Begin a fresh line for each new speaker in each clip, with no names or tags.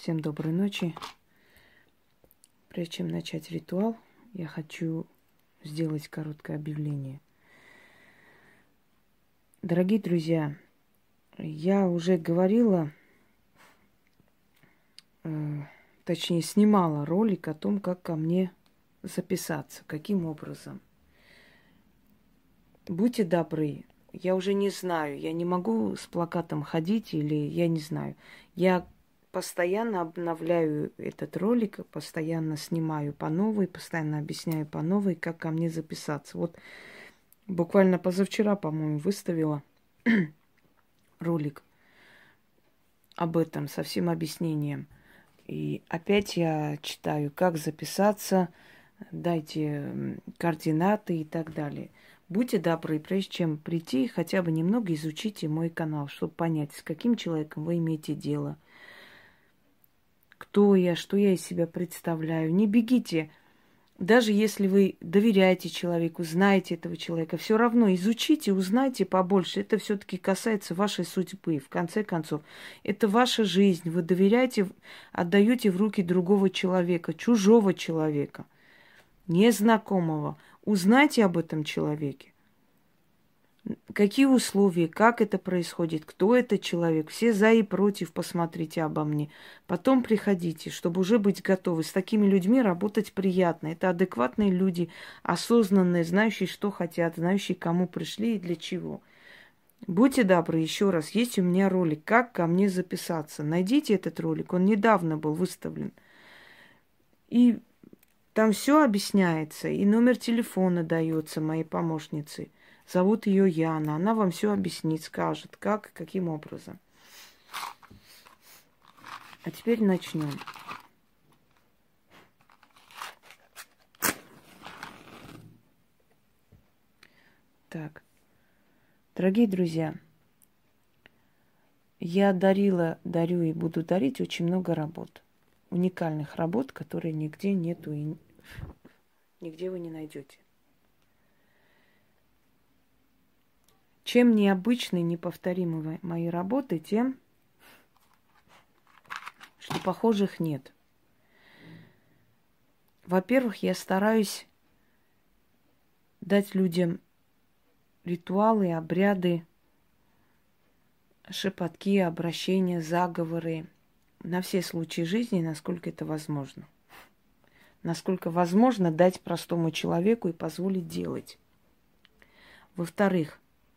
Всем доброй ночи. Прежде чем начать ритуал, я хочу сделать короткое объявление. Дорогие друзья, я уже говорила, точнее снимала ролик о том, как ко мне записаться, каким образом. Будьте добры, я уже не знаю, я не могу с плакатом ходить или я не знаю. Я постоянно обновляю этот ролик, постоянно снимаю по новой, постоянно объясняю по новой, как ко мне записаться. Вот буквально позавчера, по-моему, выставила ролик об этом со всем объяснением. И опять я читаю, как записаться, дайте координаты и так далее. Будьте добры, прежде чем прийти, хотя бы немного изучите мой канал, чтобы понять, с каким человеком вы имеете дело. Кто я, что я из себя представляю. Не бегите. Даже если вы доверяете человеку, знаете этого человека, все равно изучите, узнайте побольше. Это все-таки касается вашей судьбы. В конце концов, это ваша жизнь. Вы доверяете, отдаете в руки другого человека, чужого человека, незнакомого. Узнайте об этом человеке. Какие условия, как это происходит, кто этот человек, все за и против посмотрите обо мне. Потом приходите, чтобы уже быть готовы. С такими людьми работать приятно. Это адекватные люди, осознанные, знающие, что хотят, знающие, кому пришли и для чего. Будьте добры, еще раз, есть у меня ролик, как ко мне записаться. Найдите этот ролик, он недавно был выставлен. И там все объясняется, и номер телефона дается моей помощнице. Зовут ее Яна. Она вам все объяснит, скажет, как и каким образом. А теперь начнем. Так, дорогие друзья, я дарю и буду дарить очень много работ. Уникальных работ, которые нигде нету и нигде вы не найдете. Чем необычны, неповторимы мои работы, тем, что похожих нет. Во-первых, я стараюсь дать людям ритуалы, обряды, шепотки, обращения, заговоры на все случаи жизни, насколько это возможно. Насколько возможно дать простому человеку и позволить делать. Во-вторых,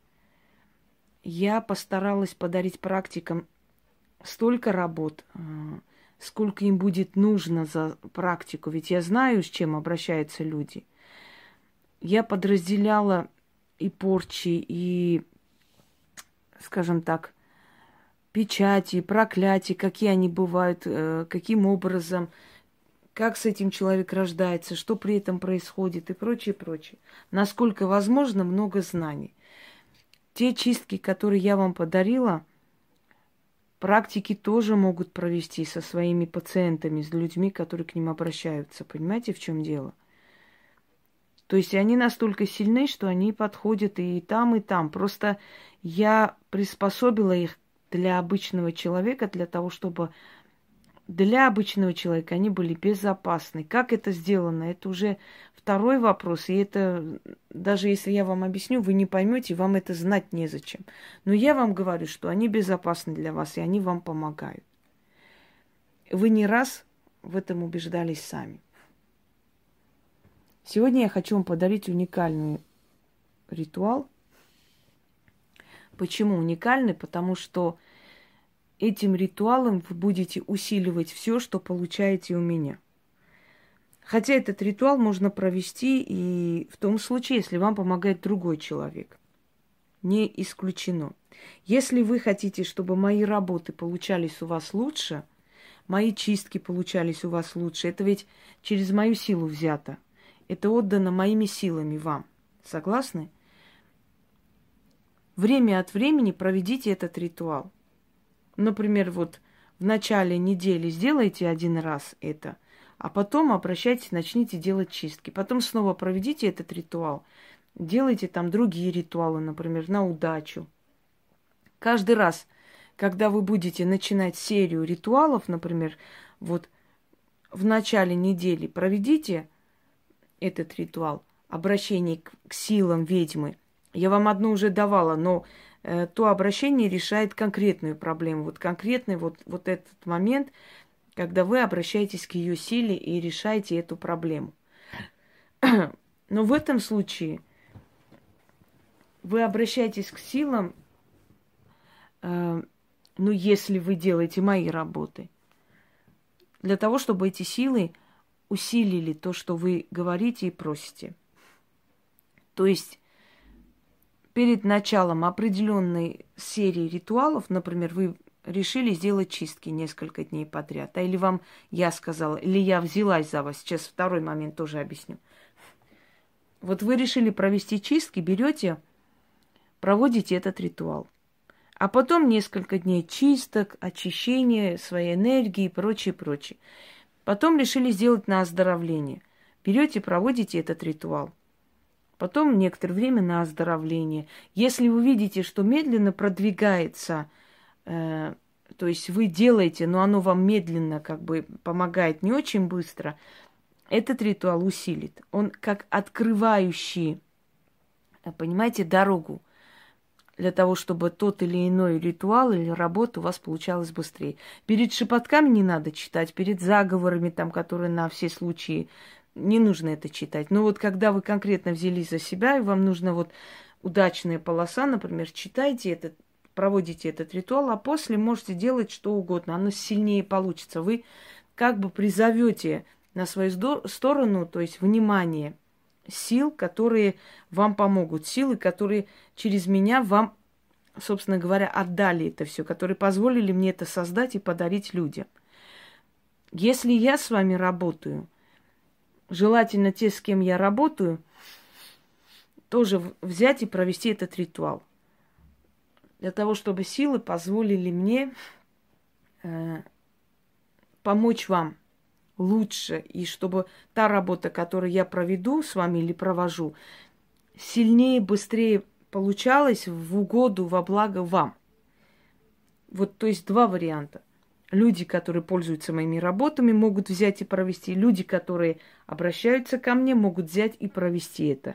я постаралась подарить практикам столько работ, сколько им будет нужно за практику. Ведь я знаю, с чем обращаются люди. Я подразделяла и порчи, и, скажем так, печати, проклятия, какие они бывают, каким образом, как с этим человек рождается, что при этом происходит и прочее, прочее. Насколько возможно, много знаний. Те чистки, которые я вам подарила, практики тоже могут провести со своими пациентами, с людьми, которые к ним обращаются. Понимаете, в чем дело? То есть они настолько сильны, что они подходят и там, и там. Просто я приспособила их для обычного человека, для того, чтобы для обычного человека они были безопасны. Как это сделано, это уже второй вопрос. И это, даже если я вам объясню, вы не поймете, вам это знать незачем. Но я вам говорю, что они безопасны для вас, и они вам помогают. Вы не раз в этом убеждались сами. Сегодня я хочу вам подарить уникальный ритуал. Почему уникальный? Потому что этим ритуалом вы будете усиливать все, что получаете у меня. Хотя этот ритуал можно провести и в том случае, если вам помогает другой человек. Не исключено. Если вы хотите, чтобы мои работы получались у вас лучше, мои чистки получались у вас лучше, это ведь через мою силу взято. Это отдано моими силами вам. Согласны? Время от времени проведите этот ритуал. Например, вот в начале недели сделайте один раз это, а потом обращайтесь, начните делать чистки. Потом снова проведите этот ритуал. Делайте там другие ритуалы, например, на удачу. Каждый раз, когда вы будете начинать серию ритуалов, например, вот в начале недели проведите этот ритуал обращение к силам ведьмы. Я вам одну уже давала, но то обращение решает конкретную проблему. Вот конкретный вот этот момент, когда вы обращаетесь к ее силе и решаете эту проблему. Но в этом случае вы обращаетесь к силам, ну, если вы делаете мои работы, для того, чтобы эти силы усилили то, что вы говорите и просите. То есть перед началом определенной серии ритуалов, например, вы решили сделать чистки несколько дней подряд, или вам я сказала, или я взялась за вас, сейчас второй момент тоже объясню. Вот вы решили провести чистки, берете, проводите этот ритуал. А потом несколько дней чисток, очищения своей энергии и прочее, прочее. Потом решили сделать на оздоровление. Берете, проводите этот ритуал. Потом некоторое время на оздоровление. Если вы видите, что медленно продвигается, то есть вы делаете, но оно вам медленно как бы помогает, не очень быстро, этот ритуал усилит. Он как открывающий, понимаете, дорогу для того, чтобы тот или иной ритуал или работа у вас получалась быстрее. Перед шепотками не надо читать, перед заговорами, там, которые на все случаи, не нужно это читать. Но вот когда вы конкретно взялись за себя, и вам нужна вот удачная полоса, например, читайте этот, проводите этот ритуал, а после можете делать что угодно, оно сильнее получится. Вы как бы призовете на свою сторону, то есть внимание сил, которые вам помогут, силы, которые через меня вам, собственно говоря, отдали это все, которые позволили мне это создать и подарить людям. Если я с вами работаю, желательно те, с кем я работаю, тоже взять и провести этот ритуал. Для того, чтобы силы позволили мне помочь вам лучше, и чтобы та работа, которую я проведу с вами или провожу, сильнее, быстрее получалась в угоду, во благо вам. Вот, то есть два варианта. Люди, которые пользуются моими работами, могут взять и провести. Люди, которые обращаются ко мне, могут взять и провести это.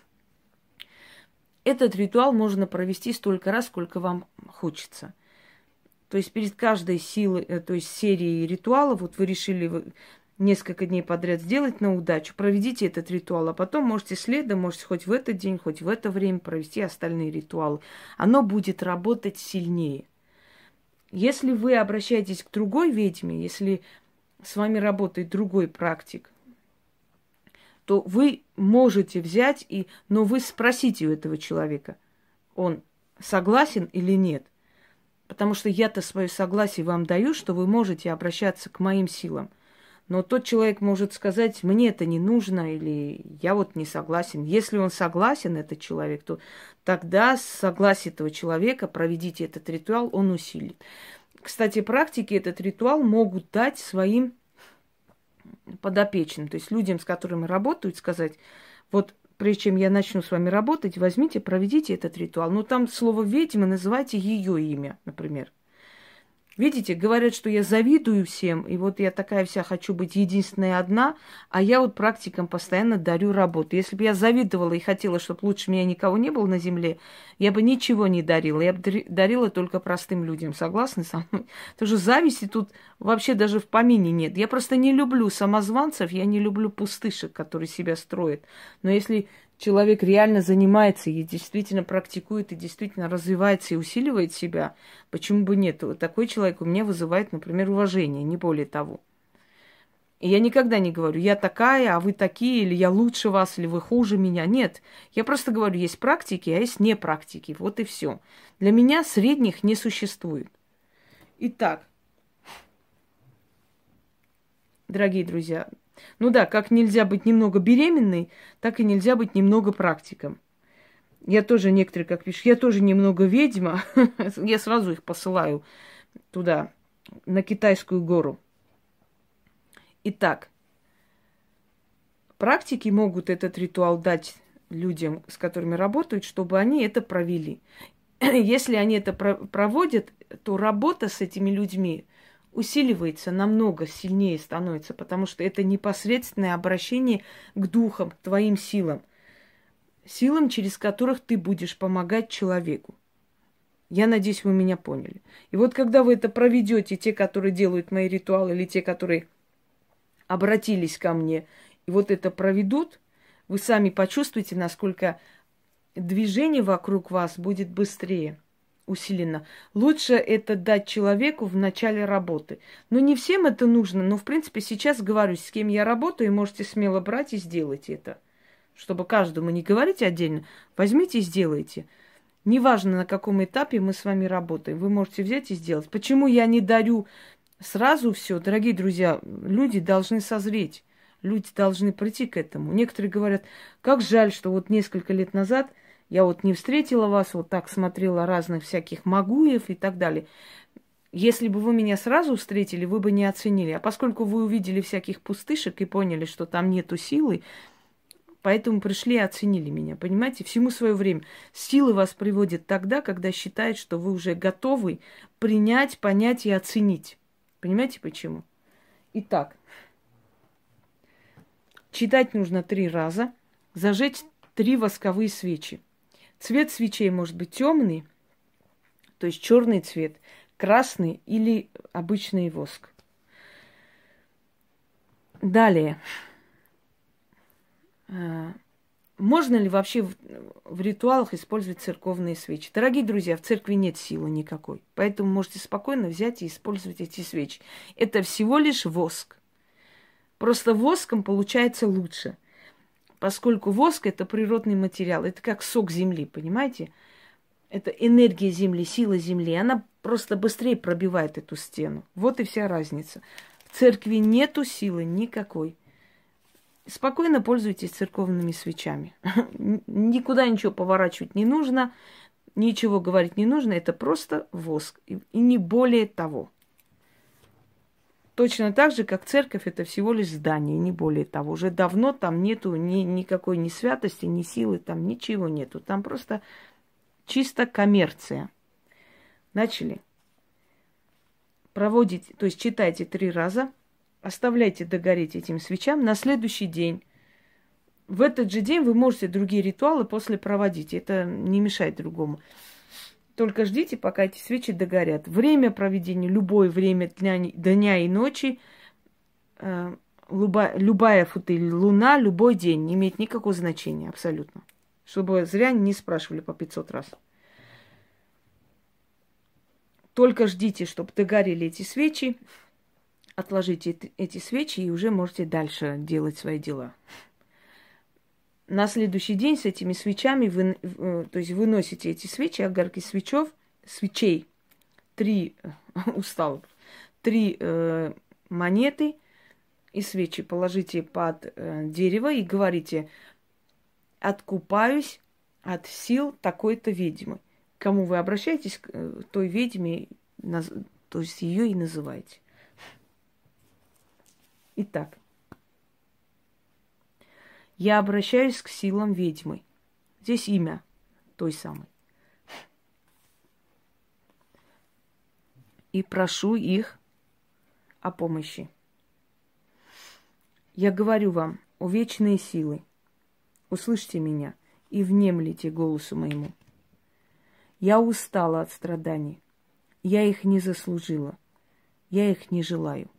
Этот ритуал можно провести столько раз, сколько вам хочется. То есть перед каждой силой, то есть серией ритуалов, вот вы решили несколько дней подряд сделать на удачу, проведите этот ритуал, а потом можете следом, можете хоть в этот день, хоть в это время провести остальные ритуалы. Оно будет работать сильнее. Если вы обращаетесь к другой ведьме, если с вами работает другой практик, то вы можете взять, но вы спросите у этого человека, он согласен или нет. Потому что я-то свое согласие вам даю, что вы можете обращаться к моим силам. Но тот человек может сказать, мне это не нужно, или я вот не согласен. Если он согласен, этот человек, то тогда с согласия этого человека проведите этот ритуал, он усилит. Кстати, практики этот ритуал могут дать своим подопечным, то есть людям, с которыми работают, сказать, вот прежде чем я начну с вами работать, возьмите, проведите этот ритуал. Ну, там слово «ведьма» называйте ее имя, например. Видите, говорят, что я завидую всем, и вот я такая вся хочу быть единственная одна, а я вот практикам постоянно дарю работу. Если бы я завидовала и хотела, чтобы лучше меня никого не было на земле, я бы ничего не дарила. Я бы дарила только простым людям. Согласны со мной? Потому что зависти тут вообще даже в помине нет. Я просто не люблю самозванцев, я не люблю пустышек, которые себя строят. Но если человек реально занимается и действительно практикует, и действительно развивается и усиливает себя, почему бы нет? Такой человек у меня вызывает, например, уважение, не более того. И я никогда не говорю, я такая, а вы такие, или я лучше вас, или вы хуже меня. Нет, я просто говорю, есть практики, а есть не практики. Вот и все. Для меня средних не существует. Итак, дорогие друзья, ну да, как нельзя быть немного беременной, так и нельзя быть немного практиком. Я тоже, некоторые, как пишут, я тоже немного ведьма. Я сразу их посылаю туда, на Китайскую гору. Итак, практики могут этот ритуал дать людям, с которыми работают, чтобы они это провели. Если они это проводят, то работа с этими людьми усиливается, намного сильнее становится, потому что это непосредственное обращение к духам, к твоим силам. Силам, через которых ты будешь помогать человеку. Я надеюсь, вы меня поняли. И вот когда вы это проведете, те, которые делают мои ритуалы, или те, которые обратились ко мне, и вот это проведут, вы сами почувствуете, насколько движение вокруг вас будет быстрее, усиленно. Лучше это дать человеку в начале работы. Но не всем это нужно, но, в принципе, сейчас говорю, с кем я работаю, и можете смело брать и сделать это. Чтобы каждому не говорить отдельно, возьмите и сделайте. Неважно, на каком этапе мы с вами работаем, вы можете взять и сделать. Почему я не дарю сразу все? Дорогие друзья, люди должны созреть, люди должны прийти к этому. Некоторые говорят, как жаль, что вот несколько лет назад я вот не встретила вас, вот так смотрела разных всяких Магуев и так далее. Если бы вы меня сразу встретили, вы бы не оценили. А поскольку вы увидели всяких пустышек и поняли, что там нету силы, поэтому пришли и оценили меня. Понимаете, всему свое время. Силы вас приводят тогда, когда считают, что вы уже готовы принять, понять и оценить. Понимаете, почему? Итак, читать нужно 3 раза, зажечь 3 восковые свечи. Цвет свечей может быть темный, то есть черный цвет, красный или обычный воск. Далее. Можно ли вообще в ритуалах использовать церковные свечи? Дорогие друзья, в церкви нет силы никакой, поэтому можете спокойно взять и использовать эти свечи. Это всего лишь воск. Просто воском получается лучше. Поскольку воск – это природный материал, это как сок земли, понимаете? Это энергия земли, сила земли. Она просто быстрее пробивает эту стену. Вот и вся разница. В церкви нету силы никакой. Спокойно пользуйтесь церковными свечами. Никуда ничего поворачивать не нужно, ничего говорить не нужно. Это просто воск. И не более того. Точно так же, как церковь, это всего лишь здание, не более того. Уже давно там нету никакой ни святости, ни силы, там ничего нету. Там просто чисто коммерция. Начали. Проводите, то есть читайте 3 раза, оставляйте догореть этим свечам. На следующий день, в этот же день вы можете другие ритуалы после проводить. Это не мешает другому. Только ждите, пока эти свечи догорят. Время проведения, любое время дня и ночи, любая луна, любой день не имеет никакого значения абсолютно. Чтобы зря не спрашивали по 500 раз. Только ждите, чтобы догорели эти свечи. Отложите эти свечи и уже можете дальше делать свои дела. На следующий день с этими свечами то есть выносите эти свечи, огарки свечей, 3 монеты и свечи положите под дерево и говорите: откупаюсь от сил такой-то ведьмы. К кому вы обращаетесь, к той ведьме, то есть ее и называете. Итак. Я обращаюсь к силам ведьмы. Здесь имя той самой. И прошу их о помощи. Я говорю вам, о вечные силы, услышьте меня и внемлите голосу моему. Я устала от страданий. Я их не заслужила. Я их не желаю.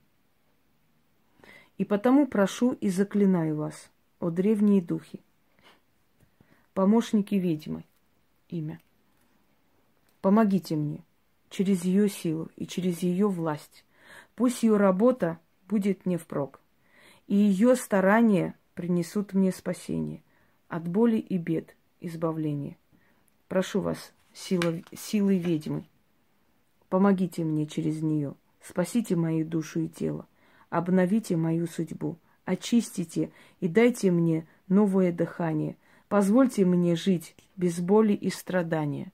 И потому прошу и заклинаю вас, о древние духи, помощники ведьмы, имя. Помогите мне через ее силу и через ее власть. Пусть ее работа будет мне впрок, и ее старания принесут мне спасение от боли и бед, избавление. Прошу вас, силы ведьмы, помогите мне через нее, спасите мою душу и тело, обновите мою судьбу. Очистите и дайте мне новое дыхание. Позвольте мне жить без боли и страдания.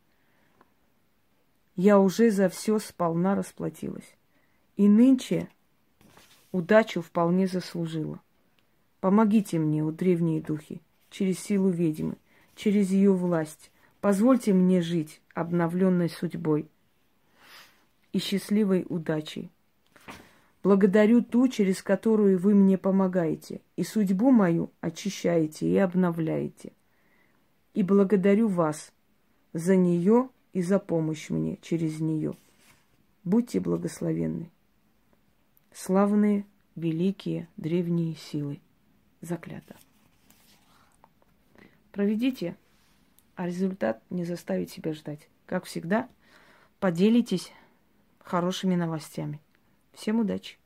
Я уже за все сполна расплатилась. И нынче удачу вполне заслужила. Помогите мне, о древние духи, через силу ведьмы, через ее власть. Позвольте мне жить обновленной судьбой. и счастливой удачей. Благодарю ту, через которую вы мне помогаете, и судьбу мою очищаете и обновляете. И благодарю вас за нее и за помощь мне через нее. Будьте благословенны. Славные, великие, древние силы. Заклято. Проведите, а результат не заставит себя ждать. Как всегда, поделитесь хорошими новостями. Всем удачи!